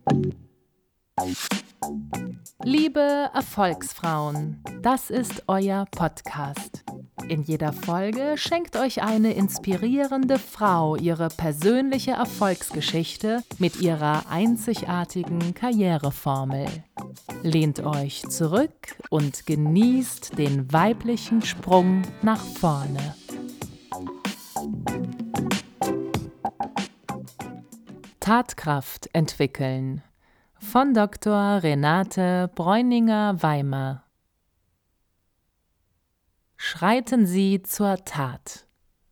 Liebe Erfolgsfrauen, das ist euer Podcast. In jeder Folge schenkt euch eine inspirierende Frau ihre persönliche Erfolgsgeschichte mit ihrer einzigartigen Karriereformel. Lehnt euch zurück und genießt den weiblichen Sprung nach vorne. Tatkraft entwickeln von Dr. Renate Bräuninger-Weimer. Schreiten Sie zur Tat.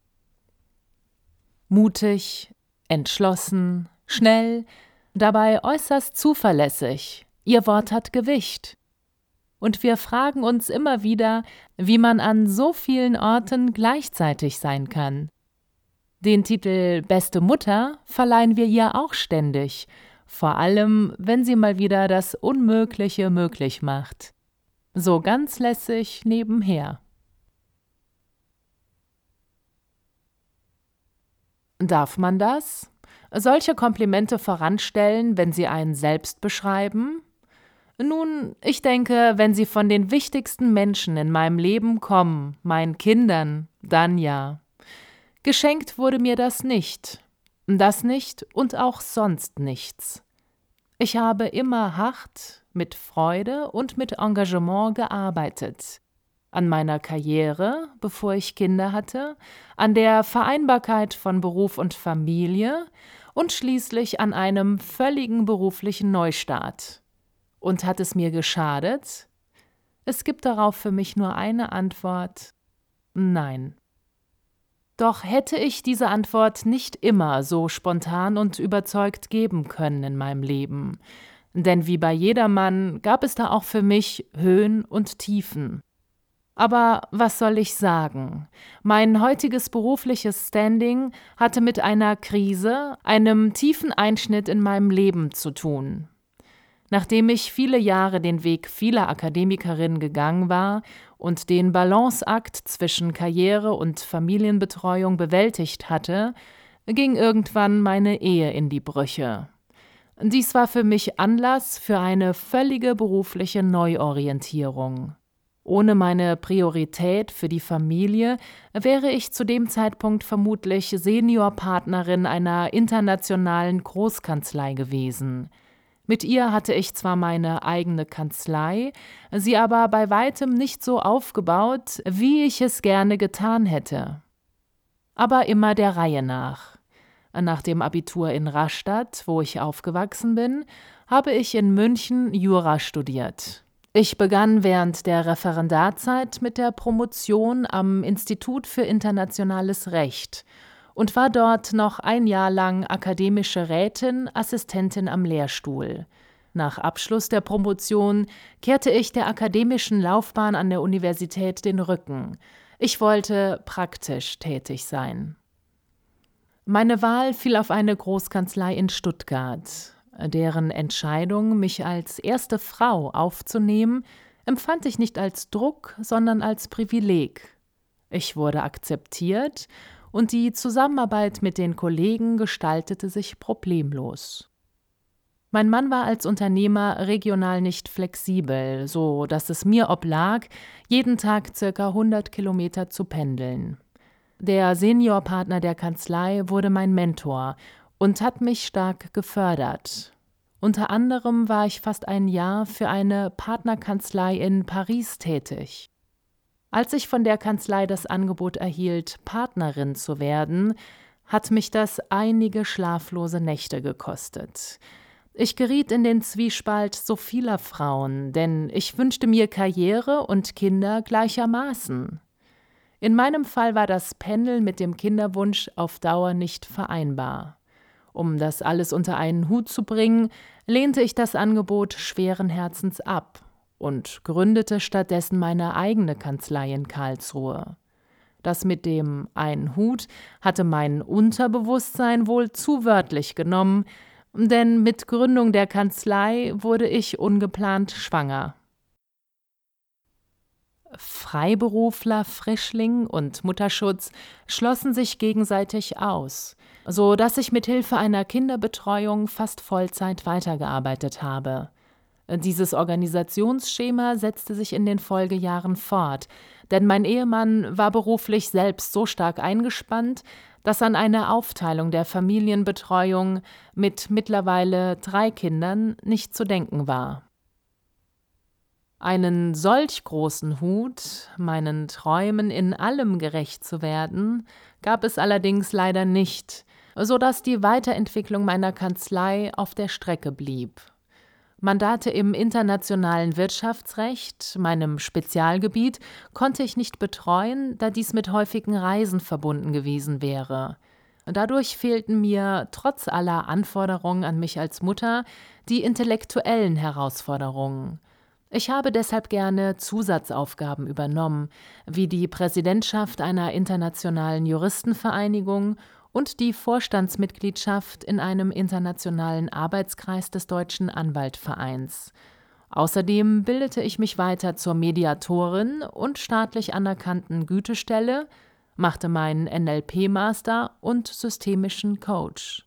Mutig, entschlossen, schnell, dabei äußerst zuverlässig. Ihr Wort hat Gewicht. Und wir fragen uns immer wieder, wie man an so vielen Orten gleichzeitig sein kann. Den Titel Beste Mutter verleihen wir ihr auch ständig, vor allem, wenn sie mal wieder das Unmögliche möglich macht. So ganz lässig nebenher. Darf man das? Solche Komplimente voranstellen, wenn sie einen selbst beschreiben? Nun, ich denke, wenn sie von den wichtigsten Menschen in meinem Leben kommen, meinen Kindern, dann ja. Geschenkt wurde mir das nicht. Das nicht und auch sonst nichts. Ich habe immer hart, mit Freude und mit Engagement gearbeitet. An meiner Karriere, bevor ich Kinder hatte, an der Vereinbarkeit von Beruf und Familie und schließlich an einem völligen beruflichen Neustart. Und hat es mir geschadet? Es gibt darauf für mich nur eine Antwort: Nein. Doch hätte ich diese Antwort nicht immer so spontan und überzeugt geben können in meinem Leben. Denn wie bei jedermann gab es da auch für mich Höhen und Tiefen. Aber was soll ich sagen? Mein heutiges berufliches Standing hatte mit einer Krise, einem tiefen Einschnitt in meinem Leben zu tun. Nachdem ich viele Jahre den Weg vieler Akademikerinnen gegangen war und den Balanceakt zwischen Karriere und Familienbetreuung bewältigt hatte, ging irgendwann meine Ehe in die Brüche. Dies war für mich Anlass für eine völlige berufliche Neuorientierung. Ohne meine Priorität für die Familie wäre ich zu dem Zeitpunkt vermutlich Seniorpartnerin einer internationalen Großkanzlei gewesen. Mit ihr hatte ich zwar meine eigene Kanzlei, sie aber bei weitem nicht so aufgebaut, wie ich es gerne getan hätte. Aber immer der Reihe nach. Nach dem Abitur in Rastatt, wo ich aufgewachsen bin, habe ich in München Jura studiert. Ich begann während der Referendarzeit mit der Promotion am Institut für internationales Recht und war dort noch ein Jahr lang akademische Rätin, Assistentin am Lehrstuhl. Nach Abschluss der Promotion kehrte ich der akademischen Laufbahn an der Universität den Rücken. Ich wollte praktisch tätig sein. Meine Wahl fiel auf eine Großkanzlei in Stuttgart. Deren Entscheidung, mich als erste Frau aufzunehmen, empfand ich nicht als Druck, sondern als Privileg. Ich wurde akzeptiert und die Zusammenarbeit mit den Kollegen gestaltete sich problemlos. Mein Mann war als Unternehmer regional nicht flexibel, so dass es mir oblag, jeden Tag ca. 100 Kilometer zu pendeln. Der Seniorpartner der Kanzlei wurde mein Mentor und hat mich stark gefördert. Unter anderem war ich fast ein Jahr für eine Partnerkanzlei in Paris tätig. Als ich von der Kanzlei das Angebot erhielt, Partnerin zu werden, hat mich das einige schlaflose Nächte gekostet. Ich geriet in den Zwiespalt so vieler Frauen, denn ich wünschte mir Karriere und Kinder gleichermaßen. In meinem Fall war das Pendeln mit dem Kinderwunsch auf Dauer nicht vereinbar. Um das alles unter einen Hut zu bringen, lehnte ich das Angebot schweren Herzens ab und gründete stattdessen meine eigene Kanzlei in Karlsruhe. Das mit dem einen Hut hatte mein Unterbewusstsein wohl zu wörtlich genommen, denn mit Gründung der Kanzlei wurde ich ungeplant schwanger. Freiberufler, Frischling und Mutterschutz schlossen sich gegenseitig aus, so dass ich mit Hilfe einer Kinderbetreuung fast Vollzeit weitergearbeitet habe. Dieses Organisationsschema setzte sich in den Folgejahren fort, denn mein Ehemann war beruflich selbst so stark eingespannt, dass an eine Aufteilung der Familienbetreuung mit mittlerweile 3 Kindern nicht zu denken war. Einen solch großen Hut, meinen Träumen in allem gerecht zu werden, gab es allerdings leider nicht, so dass die Weiterentwicklung meiner Kanzlei auf der Strecke blieb. Mandate im internationalen Wirtschaftsrecht, meinem Spezialgebiet, konnte ich nicht betreuen, da dies mit häufigen Reisen verbunden gewesen wäre. Dadurch fehlten mir, trotz aller Anforderungen an mich als Mutter, die intellektuellen Herausforderungen. Ich habe deshalb gerne Zusatzaufgaben übernommen, wie die Präsidentschaft einer internationalen Juristenvereinigung und die Vorstandsmitgliedschaft in einem internationalen Arbeitskreis des Deutschen Anwaltvereins. Außerdem bildete ich mich weiter zur Mediatorin und staatlich anerkannten Gütestelle, machte meinen NLP-Master und systemischen Coach.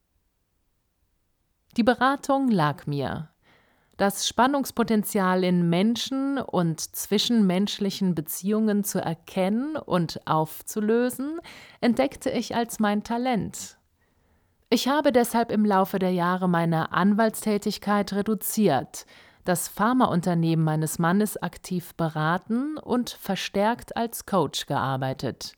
Die Beratung lag mir. Das Spannungspotenzial in Menschen und zwischenmenschlichen Beziehungen zu erkennen und aufzulösen, entdeckte ich als mein Talent. Ich habe deshalb im Laufe der Jahre meine Anwaltstätigkeit reduziert, das Pharmaunternehmen meines Mannes aktiv beraten und verstärkt als Coach gearbeitet.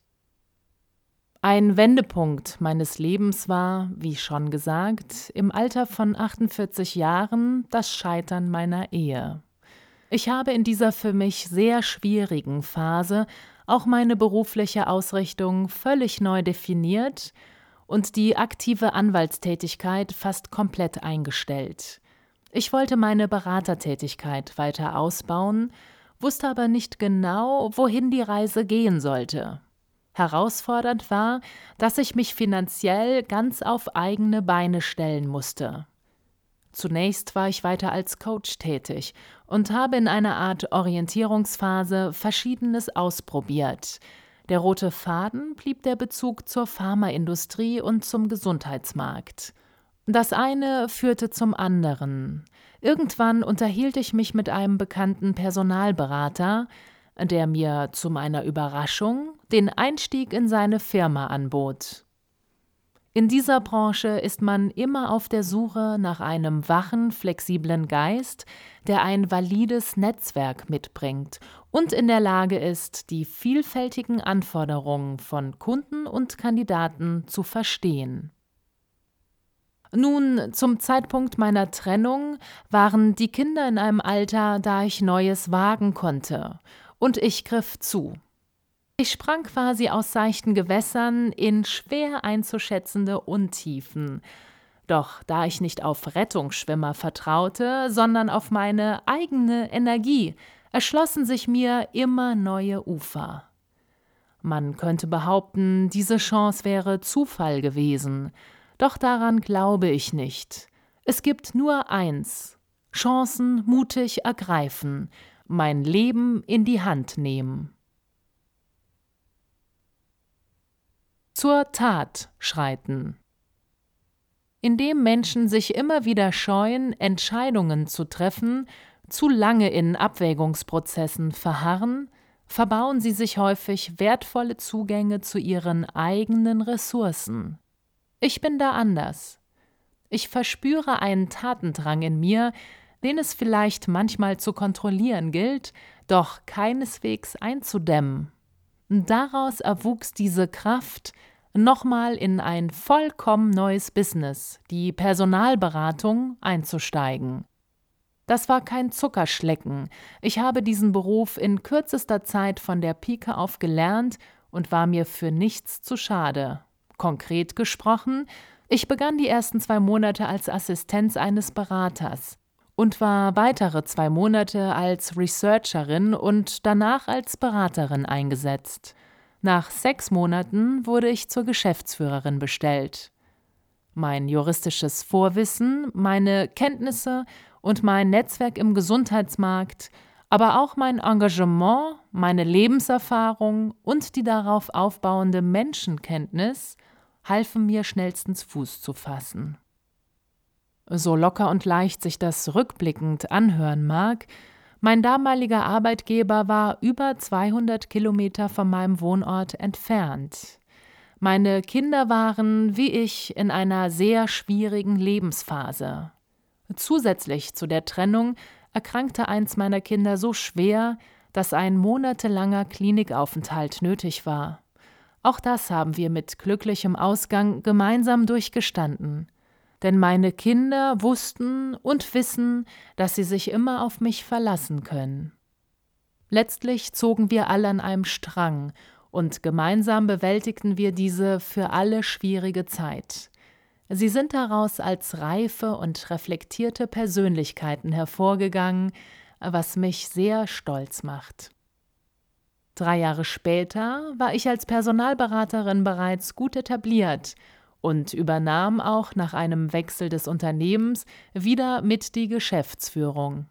Ein Wendepunkt meines Lebens war, wie schon gesagt, im Alter von 48 Jahren das Scheitern meiner Ehe. Ich habe in dieser für mich sehr schwierigen Phase auch meine berufliche Ausrichtung völlig neu definiert und die aktive Anwaltstätigkeit fast komplett eingestellt. Ich wollte meine Beratertätigkeit weiter ausbauen, wusste aber nicht genau, wohin die Reise gehen sollte. Herausfordernd war, dass ich mich finanziell ganz auf eigene Beine stellen musste. Zunächst war ich weiter als Coach tätig und habe in einer Art Orientierungsphase Verschiedenes ausprobiert. Der rote Faden blieb der Bezug zur Pharmaindustrie und zum Gesundheitsmarkt. Das eine führte zum anderen. Irgendwann unterhielt ich mich mit einem bekannten Personalberater, der mir zu meiner Überraschung den Einstieg in seine Firma anbot. In dieser Branche ist man immer auf der Suche nach einem wachen, flexiblen Geist, der ein valides Netzwerk mitbringt und in der Lage ist, die vielfältigen Anforderungen von Kunden und Kandidaten zu verstehen. Nun, zum Zeitpunkt meiner Trennung waren die Kinder in einem Alter, da ich Neues wagen konnte, und ich griff zu. Ich sprang quasi aus seichten Gewässern in schwer einzuschätzende Untiefen. Doch da ich nicht auf Rettungsschwimmer vertraute, sondern auf meine eigene Energie, erschlossen sich mir immer neue Ufer. Man könnte behaupten, diese Chance wäre Zufall gewesen. Doch daran glaube ich nicht. Es gibt nur eins: Chancen mutig ergreifen, mein Leben in die Hand nehmen. Zur Tat schreiten. Indem Menschen sich immer wieder scheuen, Entscheidungen zu treffen, zu lange in Abwägungsprozessen verharren, verbauen sie sich häufig wertvolle Zugänge zu ihren eigenen Ressourcen. Ich bin da anders. Ich verspüre einen Tatendrang in mir, den es vielleicht manchmal zu kontrollieren gilt, doch keineswegs einzudämmen. Daraus erwuchs diese Kraft, nochmal in ein vollkommen neues Business, die Personalberatung, einzusteigen. Das war kein Zuckerschlecken. Ich habe diesen Beruf in kürzester Zeit von der Pike auf gelernt und war mir für nichts zu schade. Konkret gesprochen, ich begann die ersten 2 Monate als Assistenz eines Beraters und war weitere 2 Monate als Researcherin und danach als Beraterin eingesetzt. Nach 6 Monaten wurde ich zur Geschäftsführerin bestellt. Mein juristisches Vorwissen, meine Kenntnisse und mein Netzwerk im Gesundheitsmarkt, Aber auch mein Engagement, meine Lebenserfahrung und die darauf aufbauende Menschenkenntnis halfen mir schnellstens Fuß zu fassen. So locker und leicht sich das rückblickend anhören mag, mein damaliger Arbeitgeber war über 200 Kilometer von meinem Wohnort entfernt. Meine Kinder waren, wie ich, in einer sehr schwierigen Lebensphase. Zusätzlich zu der Trennung erkrankte eins meiner Kinder so schwer, dass ein monatelanger Klinikaufenthalt nötig war. Auch das haben wir mit glücklichem Ausgang gemeinsam durchgestanden. Denn meine Kinder wussten und wissen, dass sie sich immer auf mich verlassen können. Letztlich zogen wir alle an einem Strang und gemeinsam bewältigten wir diese für alle schwierige Zeit. Sie sind daraus als reife und reflektierte Persönlichkeiten hervorgegangen, was mich sehr stolz macht. 3 Jahre später war ich als Personalberaterin bereits gut etabliert und übernahm auch nach einem Wechsel des Unternehmens wieder mit die Geschäftsführung.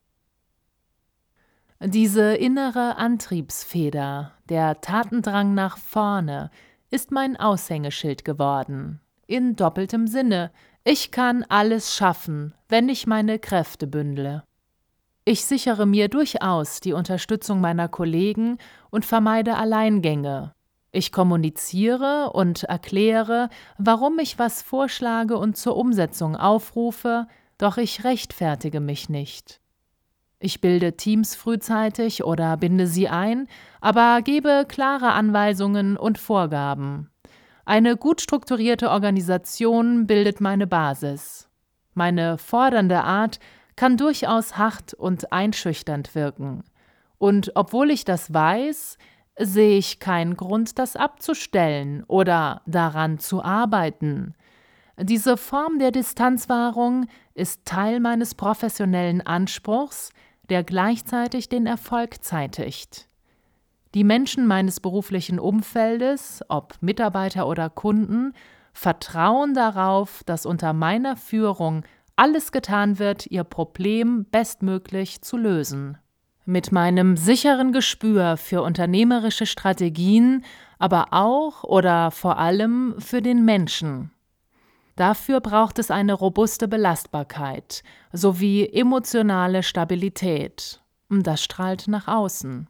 Diese innere Antriebsfeder, der Tatendrang nach vorne, ist mein Aushängeschild geworden. In doppeltem Sinne: Ich kann alles schaffen, wenn ich meine Kräfte bündle. Ich sichere mir durchaus die Unterstützung meiner Kollegen und vermeide Alleingänge. Ich kommuniziere und erkläre, warum ich was vorschlage und zur Umsetzung aufrufe, doch ich rechtfertige mich nicht. Ich bilde Teams frühzeitig oder binde sie ein, aber gebe klare Anweisungen und Vorgaben. Eine gut strukturierte Organisation bildet meine Basis. Meine fordernde Art kann durchaus hart und einschüchternd wirken. Und obwohl ich das weiß, sehe ich keinen Grund, das abzustellen oder daran zu arbeiten. Diese Form der Distanzwahrung ist Teil meines professionellen Anspruchs, der gleichzeitig den Erfolg zeitigt. Die Menschen meines beruflichen Umfeldes, ob Mitarbeiter oder Kunden, vertrauen darauf, dass unter meiner Führung alles getan wird, ihr Problem bestmöglich zu lösen. Mit meinem sicheren Gespür für unternehmerische Strategien, aber auch oder vor allem für den Menschen. Dafür braucht es eine robuste Belastbarkeit sowie emotionale Stabilität. Das strahlt nach außen.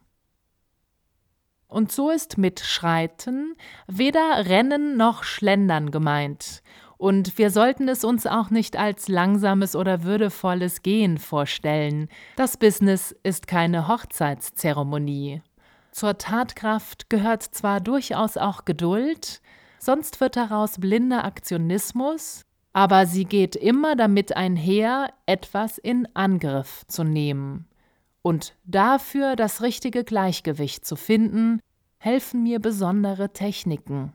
Und so ist mit Schreiten weder Rennen noch Schlendern gemeint. Und wir sollten es uns auch nicht als langsames oder würdevolles Gehen vorstellen. Das Business ist keine Hochzeitszeremonie. Zur Tatkraft gehört zwar durchaus auch Geduld, sonst wird daraus blinder Aktionismus, aber sie geht immer damit einher, etwas in Angriff zu nehmen. Und dafür das richtige Gleichgewicht zu finden, helfen mir besondere Techniken.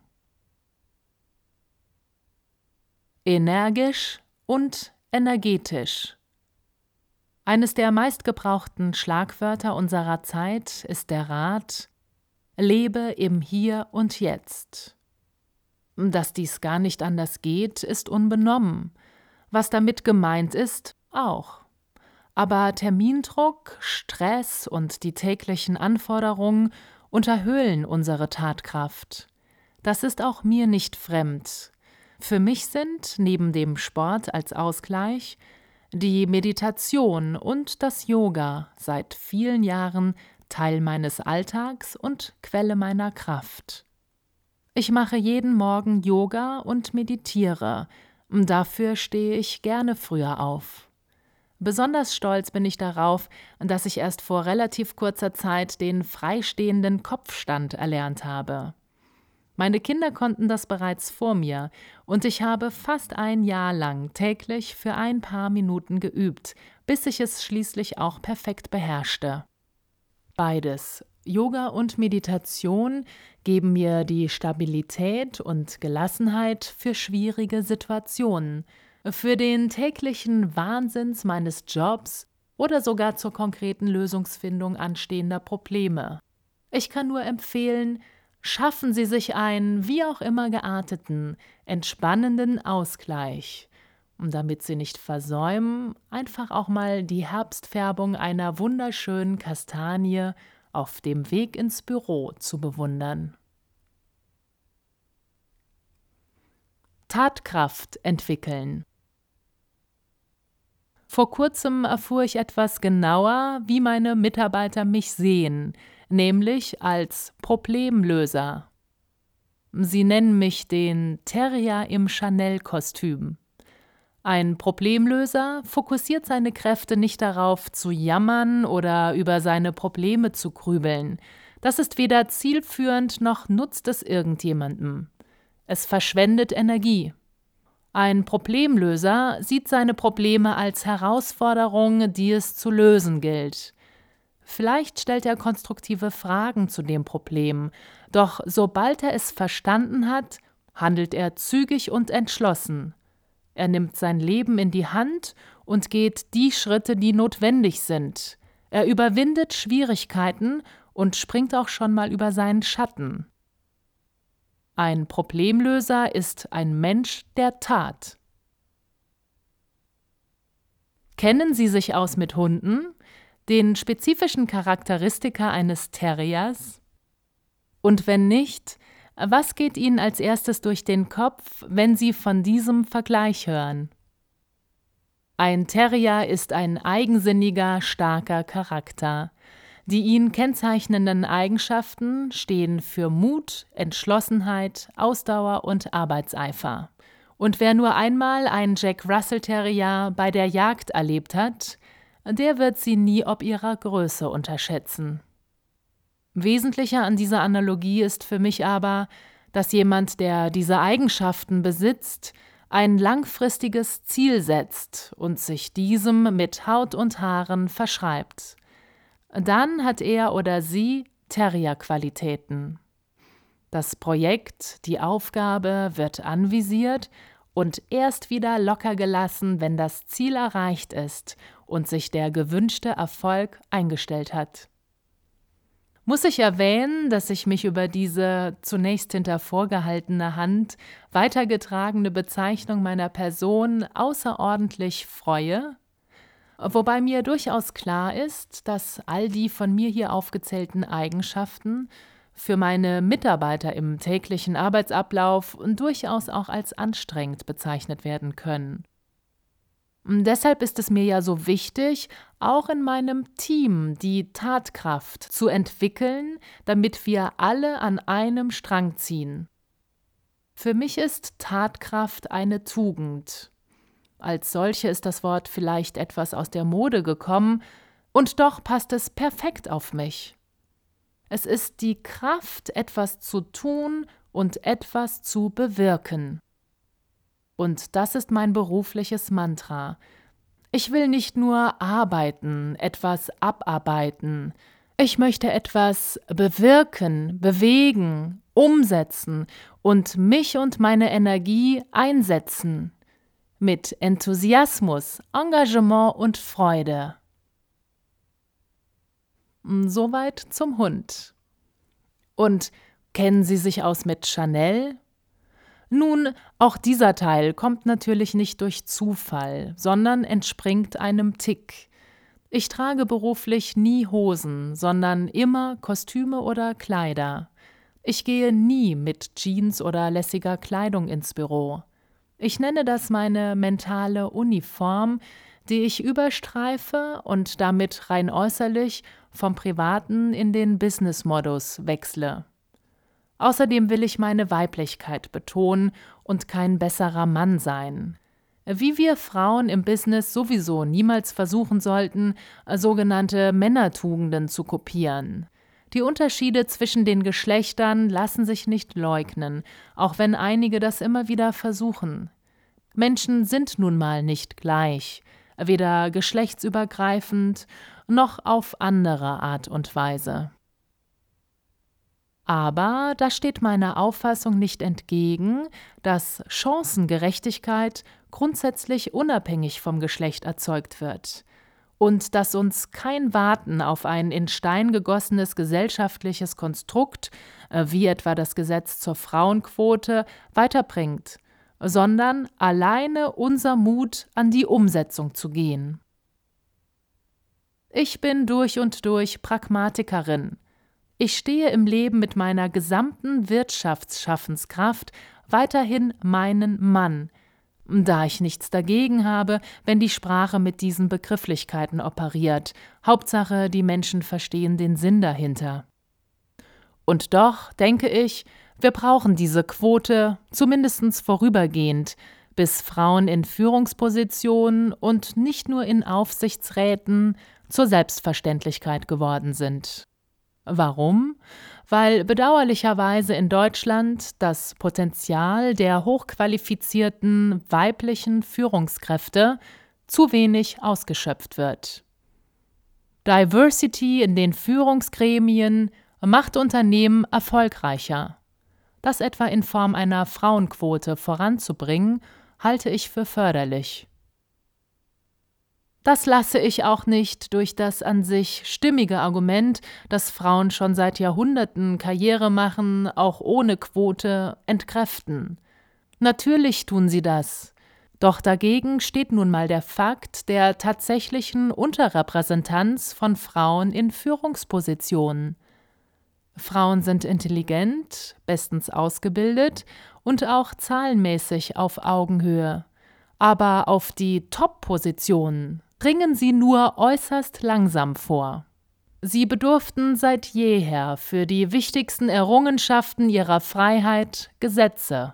Energisch und energetisch. Eines der meistgebrauchten Schlagwörter unserer Zeit ist der Rat: Lebe im Hier und Jetzt. Dass dies gar nicht anders geht, ist unbenommen. Was damit gemeint ist, auch. Aber Termindruck, Stress und die täglichen Anforderungen unterhöhlen unsere Tatkraft. Das ist auch mir nicht fremd. Für mich sind, neben dem Sport als Ausgleich, die Meditation und das Yoga seit vielen Jahren Teil meines Alltags und Quelle meiner Kraft. Ich mache jeden Morgen Yoga und meditiere. Dafür stehe ich gerne früher auf. Besonders stolz bin ich darauf, dass ich erst vor relativ kurzer Zeit den freistehenden Kopfstand erlernt habe. Meine Kinder konnten das bereits vor mir und ich habe fast 1 Jahr lang täglich für ein paar Minuten geübt, bis ich es schließlich auch perfekt beherrschte. Beides, Yoga und Meditation, geben mir die Stabilität und Gelassenheit für schwierige Situationen, für den täglichen Wahnsinns meines Jobs oder sogar zur konkreten Lösungsfindung anstehender Probleme. Ich kann nur empfehlen, schaffen Sie sich einen, wie auch immer gearteten, entspannenden Ausgleich. damit Sie nicht versäumen, einfach auch mal die Herbstfärbung einer wunderschönen Kastanie auf dem Weg ins Büro zu bewundern. Tatkraft entwickeln. Vor kurzem erfuhr ich etwas genauer, wie meine Mitarbeiter mich sehen, nämlich als Problemlöser. Sie nennen mich den Terrier im Chanel-Kostüm. Ein Problemlöser fokussiert seine Kräfte nicht darauf, zu jammern oder über seine Probleme zu grübeln. Das ist weder zielführend noch nutzt es irgendjemandem. Es verschwendet Energie. Ein Problemlöser sieht seine Probleme als Herausforderung, die es zu lösen gilt. Vielleicht stellt er konstruktive Fragen zu dem Problem, doch sobald er es verstanden hat, handelt er zügig und entschlossen. Er nimmt sein Leben in die Hand und geht die Schritte, die notwendig sind. Er überwindet Schwierigkeiten und springt auch schon mal über seinen Schatten. Ein Problemlöser ist ein Mensch der Tat. Kennen Sie sich aus mit Hunden, den spezifischen Charakteristika eines Terriers? Und wenn nicht, was geht Ihnen als erstes durch den Kopf, wenn Sie von diesem Vergleich hören? Ein Terrier ist ein eigensinniger, starker Charakter. Die ihn kennzeichnenden Eigenschaften stehen für Mut, Entschlossenheit, Ausdauer und Arbeitseifer. Und wer nur einmal einen Jack Russell Terrier bei der Jagd erlebt hat, der wird sie nie ob ihrer Größe unterschätzen. Wesentlicher an dieser Analogie ist für mich aber, dass jemand, der diese Eigenschaften besitzt, ein langfristiges Ziel setzt und sich diesem mit Haut und Haaren verschreibt. Dann hat er oder sie Terrier-Qualitäten. Das Projekt, die Aufgabe wird anvisiert und erst wieder locker gelassen, wenn das Ziel erreicht ist und sich der gewünschte Erfolg eingestellt hat. Muss ich erwähnen, dass ich mich über diese zunächst hinter vorgehaltener Hand weitergetragene Bezeichnung meiner Person außerordentlich freue? Wobei mir durchaus klar ist, dass all die von mir hier aufgezählten Eigenschaften für meine Mitarbeiter im täglichen Arbeitsablauf durchaus auch als anstrengend bezeichnet werden können. Deshalb ist es mir ja so wichtig, auch in meinem Team die Tatkraft zu entwickeln, damit wir alle an einem Strang ziehen. Für mich ist Tatkraft eine Tugend. Als solche ist das Wort vielleicht etwas aus der Mode gekommen, und doch passt es perfekt auf mich. Es ist die Kraft, etwas zu tun und etwas zu bewirken. Und das ist mein berufliches Mantra. Ich will nicht nur arbeiten, etwas abarbeiten. Ich möchte etwas bewirken, bewegen, umsetzen und mich und meine Energie einsetzen. Mit Enthusiasmus, Engagement und Freude. Soweit zum Hund. Und kennen Sie sich aus mit Chanel? Nun, auch dieser Teil kommt natürlich nicht durch Zufall, sondern entspringt einem Tick. Ich trage beruflich nie Hosen, sondern immer Kostüme oder Kleider. Ich gehe nie mit Jeans oder lässiger Kleidung ins Büro. Ich nenne das meine mentale Uniform, die ich überstreife und damit rein äußerlich vom Privaten in den Business-Modus wechsle. Außerdem will ich meine Weiblichkeit betonen und kein besserer Mann sein. Wie wir Frauen im Business sowieso niemals versuchen sollten, sogenannte Männertugenden zu kopieren. Die Unterschiede zwischen den Geschlechtern lassen sich nicht leugnen, auch wenn einige das immer wieder versuchen. Menschen sind nun mal nicht gleich, weder geschlechtsübergreifend noch auf andere Art und Weise. Aber da steht meiner Auffassung nicht entgegen, dass Chancengerechtigkeit grundsätzlich unabhängig vom Geschlecht erzeugt wird und dass uns kein Warten auf ein in Stein gegossenes gesellschaftliches Konstrukt, wie etwa das Gesetz zur Frauenquote, weiterbringt, sondern alleine unser Mut, an die Umsetzung zu gehen. Ich bin durch und durch Pragmatikerin. Ich stehe im Leben mit meiner gesamten Wirtschaftsschaffenskraft weiterhin meinen Mann, da ich nichts dagegen habe, wenn die Sprache mit diesen Begrifflichkeiten operiert. Hauptsache, die Menschen verstehen den Sinn dahinter. Und doch, denke ich, wir brauchen diese Quote, zumindest vorübergehend, bis Frauen in Führungspositionen und nicht nur in Aufsichtsräten zur Selbstverständlichkeit geworden sind. Warum? Weil bedauerlicherweise in Deutschland das Potenzial der hochqualifizierten weiblichen Führungskräfte zu wenig ausgeschöpft wird. Diversity in den Führungsgremien macht Unternehmen erfolgreicher. Das etwa in Form einer Frauenquote voranzubringen, halte ich für förderlich. Das lasse ich auch nicht durch das an sich stimmige Argument, dass Frauen schon seit Jahrhunderten Karriere machen, auch ohne Quote, entkräften. Natürlich tun sie das. Doch dagegen steht nun mal der Fakt der tatsächlichen Unterrepräsentanz von Frauen in Führungspositionen. Frauen sind intelligent, bestens ausgebildet und auch zahlenmäßig auf Augenhöhe. Aber auf die Top-Positionen dringen sie nur äußerst langsam vor. Sie bedurften seit jeher für die wichtigsten Errungenschaften ihrer Freiheit Gesetze.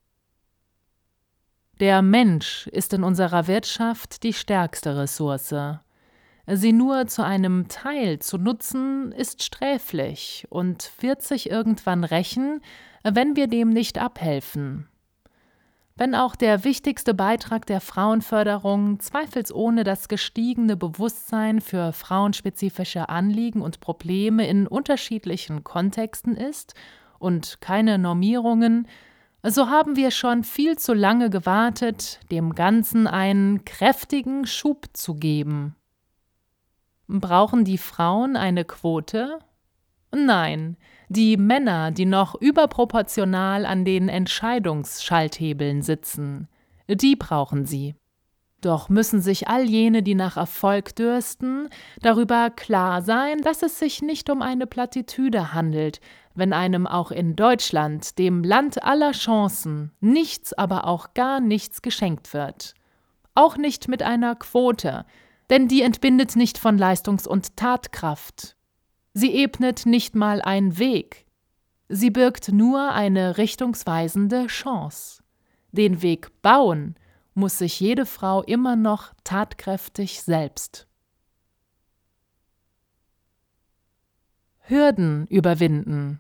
Der Mensch ist in unserer Wirtschaft die stärkste Ressource. Sie nur zu einem Teil zu nutzen, ist sträflich und wird sich irgendwann rächen, wenn wir dem nicht abhelfen. Wenn auch der wichtigste Beitrag der Frauenförderung zweifelsohne das gestiegene Bewusstsein für frauenspezifische Anliegen und Probleme in unterschiedlichen Kontexten ist und keine Normierungen, so haben wir schon viel zu lange gewartet, dem Ganzen einen kräftigen Schub zu geben. Brauchen die Frauen eine Quote? Nein, die Männer, die noch überproportional an den Entscheidungsschalthebeln sitzen, die brauchen sie. Doch müssen sich all jene, die nach Erfolg dürsten, darüber klar sein, dass es sich nicht um eine Plattitüde handelt, wenn einem auch in Deutschland, dem Land aller Chancen, nichts, aber auch gar nichts geschenkt wird. Auch nicht mit einer Quote, denn die entbindet nicht von Leistungs- und Tatkraft. Sie ebnet nicht mal einen Weg. Sie birgt nur eine richtungsweisende Chance. Den Weg bauen muss sich jede Frau immer noch tatkräftig selbst. Hürden überwinden.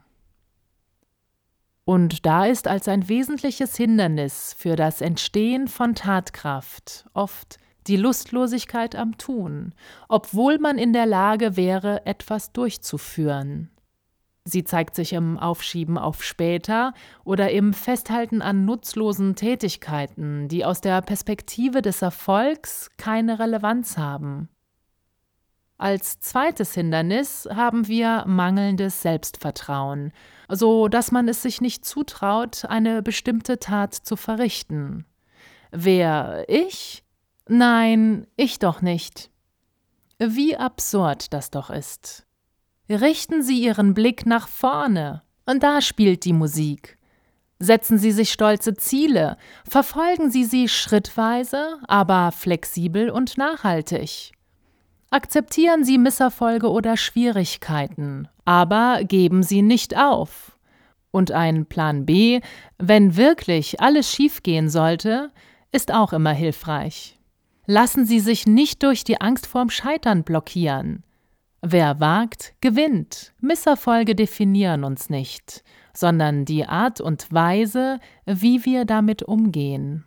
Und da ist als ein wesentliches Hindernis für das Entstehen von Tatkraft oft die Lustlosigkeit am Tun, obwohl man in der Lage wäre, etwas durchzuführen. Sie zeigt sich im Aufschieben auf später oder im Festhalten an nutzlosen Tätigkeiten, die aus der Perspektive des Erfolgs keine Relevanz haben. Als zweites Hindernis haben wir mangelndes Selbstvertrauen, so dass man es sich nicht zutraut, eine bestimmte Tat zu verrichten. Wer? Ich? Nein, ich doch nicht. Wie absurd das doch ist. Richten Sie Ihren Blick nach vorne, und da spielt die Musik. Setzen Sie sich stolze Ziele, verfolgen Sie sie schrittweise, aber flexibel und nachhaltig. Akzeptieren Sie Misserfolge oder Schwierigkeiten, aber geben Sie nicht auf. Und ein Plan B, wenn wirklich alles schiefgehen sollte, ist auch immer hilfreich. Lassen Sie sich nicht durch die Angst vorm Scheitern blockieren. Wer wagt, gewinnt. Misserfolge definieren uns nicht, sondern die Art und Weise, wie wir damit umgehen.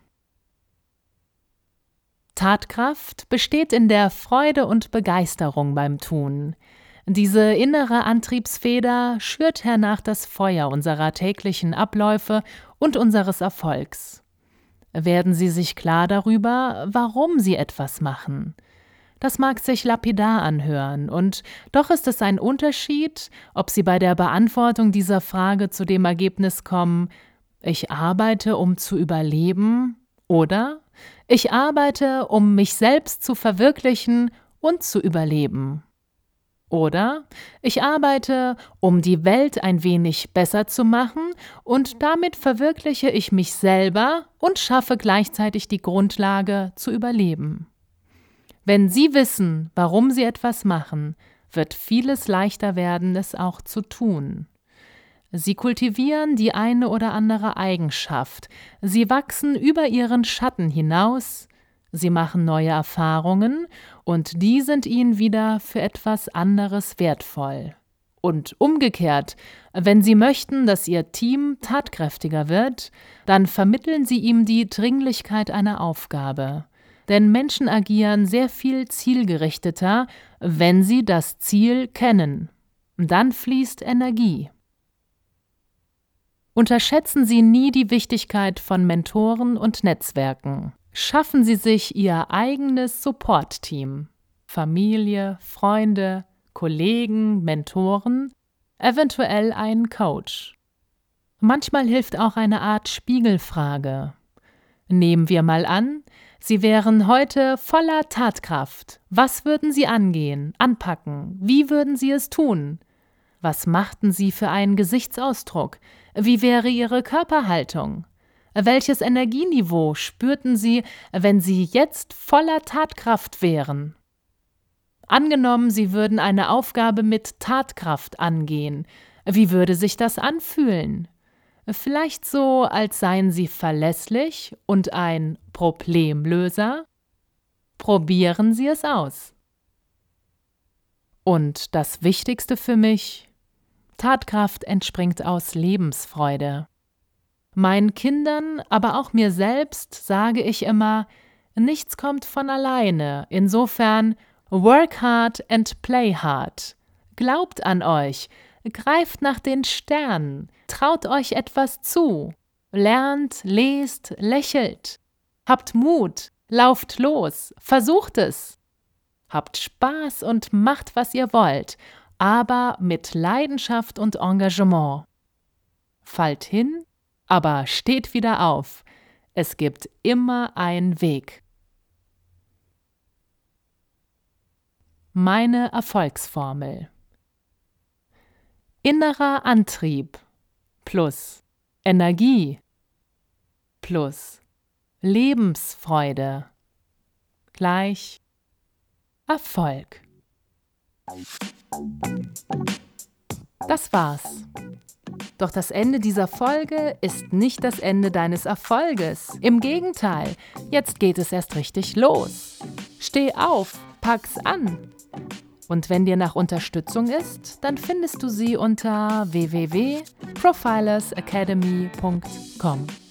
Tatkraft besteht in der Freude und Begeisterung beim Tun. Diese innere Antriebsfeder schürt hernach das Feuer unserer täglichen Abläufe und unseres Erfolgs. Werden Sie sich klar darüber, warum Sie etwas machen. Das mag sich lapidar anhören, und doch ist es ein Unterschied, ob Sie bei der Beantwortung dieser Frage zu dem Ergebnis kommen: Ich arbeite, um zu überleben oder ich arbeite, um mich selbst zu verwirklichen und zu überleben. Oder ich arbeite, um die Welt ein wenig besser zu machen und damit verwirkliche ich mich selber und schaffe gleichzeitig die Grundlage zu überleben. Wenn Sie wissen, warum Sie etwas machen, wird vieles leichter werden, es auch zu tun. Sie kultivieren die eine oder andere Eigenschaft, Sie wachsen über Ihren Schatten hinaus, Sie machen neue Erfahrungen und die sind Ihnen wieder für etwas anderes wertvoll. Und umgekehrt, wenn Sie möchten, dass Ihr Team tatkräftiger wird, dann vermitteln Sie ihm die Dringlichkeit einer Aufgabe. Denn Menschen agieren sehr viel zielgerichteter, wenn sie das Ziel kennen. Dann fließt Energie. Unterschätzen Sie nie die Wichtigkeit von Mentoren und Netzwerken. Schaffen Sie sich Ihr eigenes Support-Team. Familie, Freunde, Kollegen, Mentoren, eventuell einen Coach. Manchmal hilft auch eine Art Spiegelfrage. Nehmen wir mal an, Sie wären heute voller Tatkraft. Was würden Sie angehen, anpacken? Wie würden Sie es tun? Was machten Sie für einen Gesichtsausdruck? Wie wäre Ihre Körperhaltung? Welches Energieniveau spürten Sie, wenn Sie jetzt voller Tatkraft wären? Angenommen, Sie würden eine Aufgabe mit Tatkraft angehen. Wie würde sich das anfühlen? Vielleicht so, als seien Sie verlässlich und ein Problemlöser? Probieren Sie es aus. Und das Wichtigste für mich: Tatkraft entspringt aus Lebensfreude. Meinen Kindern, aber auch mir selbst sage ich immer, nichts kommt von alleine. Insofern, work hard and play hard. Glaubt an euch, greift nach den Sternen, traut euch etwas zu, lernt, lest, lächelt. Habt Mut, lauft los, versucht es. Habt Spaß und macht, was ihr wollt, aber mit Leidenschaft und Engagement. Fallt hin, aber steht wieder auf. Es gibt immer einen Weg. Meine Erfolgsformel: innerer Antrieb plus Energie plus Lebensfreude gleich Erfolg. Das war's. Doch das Ende dieser Folge ist nicht das Ende deines Erfolges. Im Gegenteil, jetzt geht es erst richtig los. Steh auf, pack's an. Und wenn dir nach Unterstützung ist, dann findest du sie unter www.profilersacademy.com.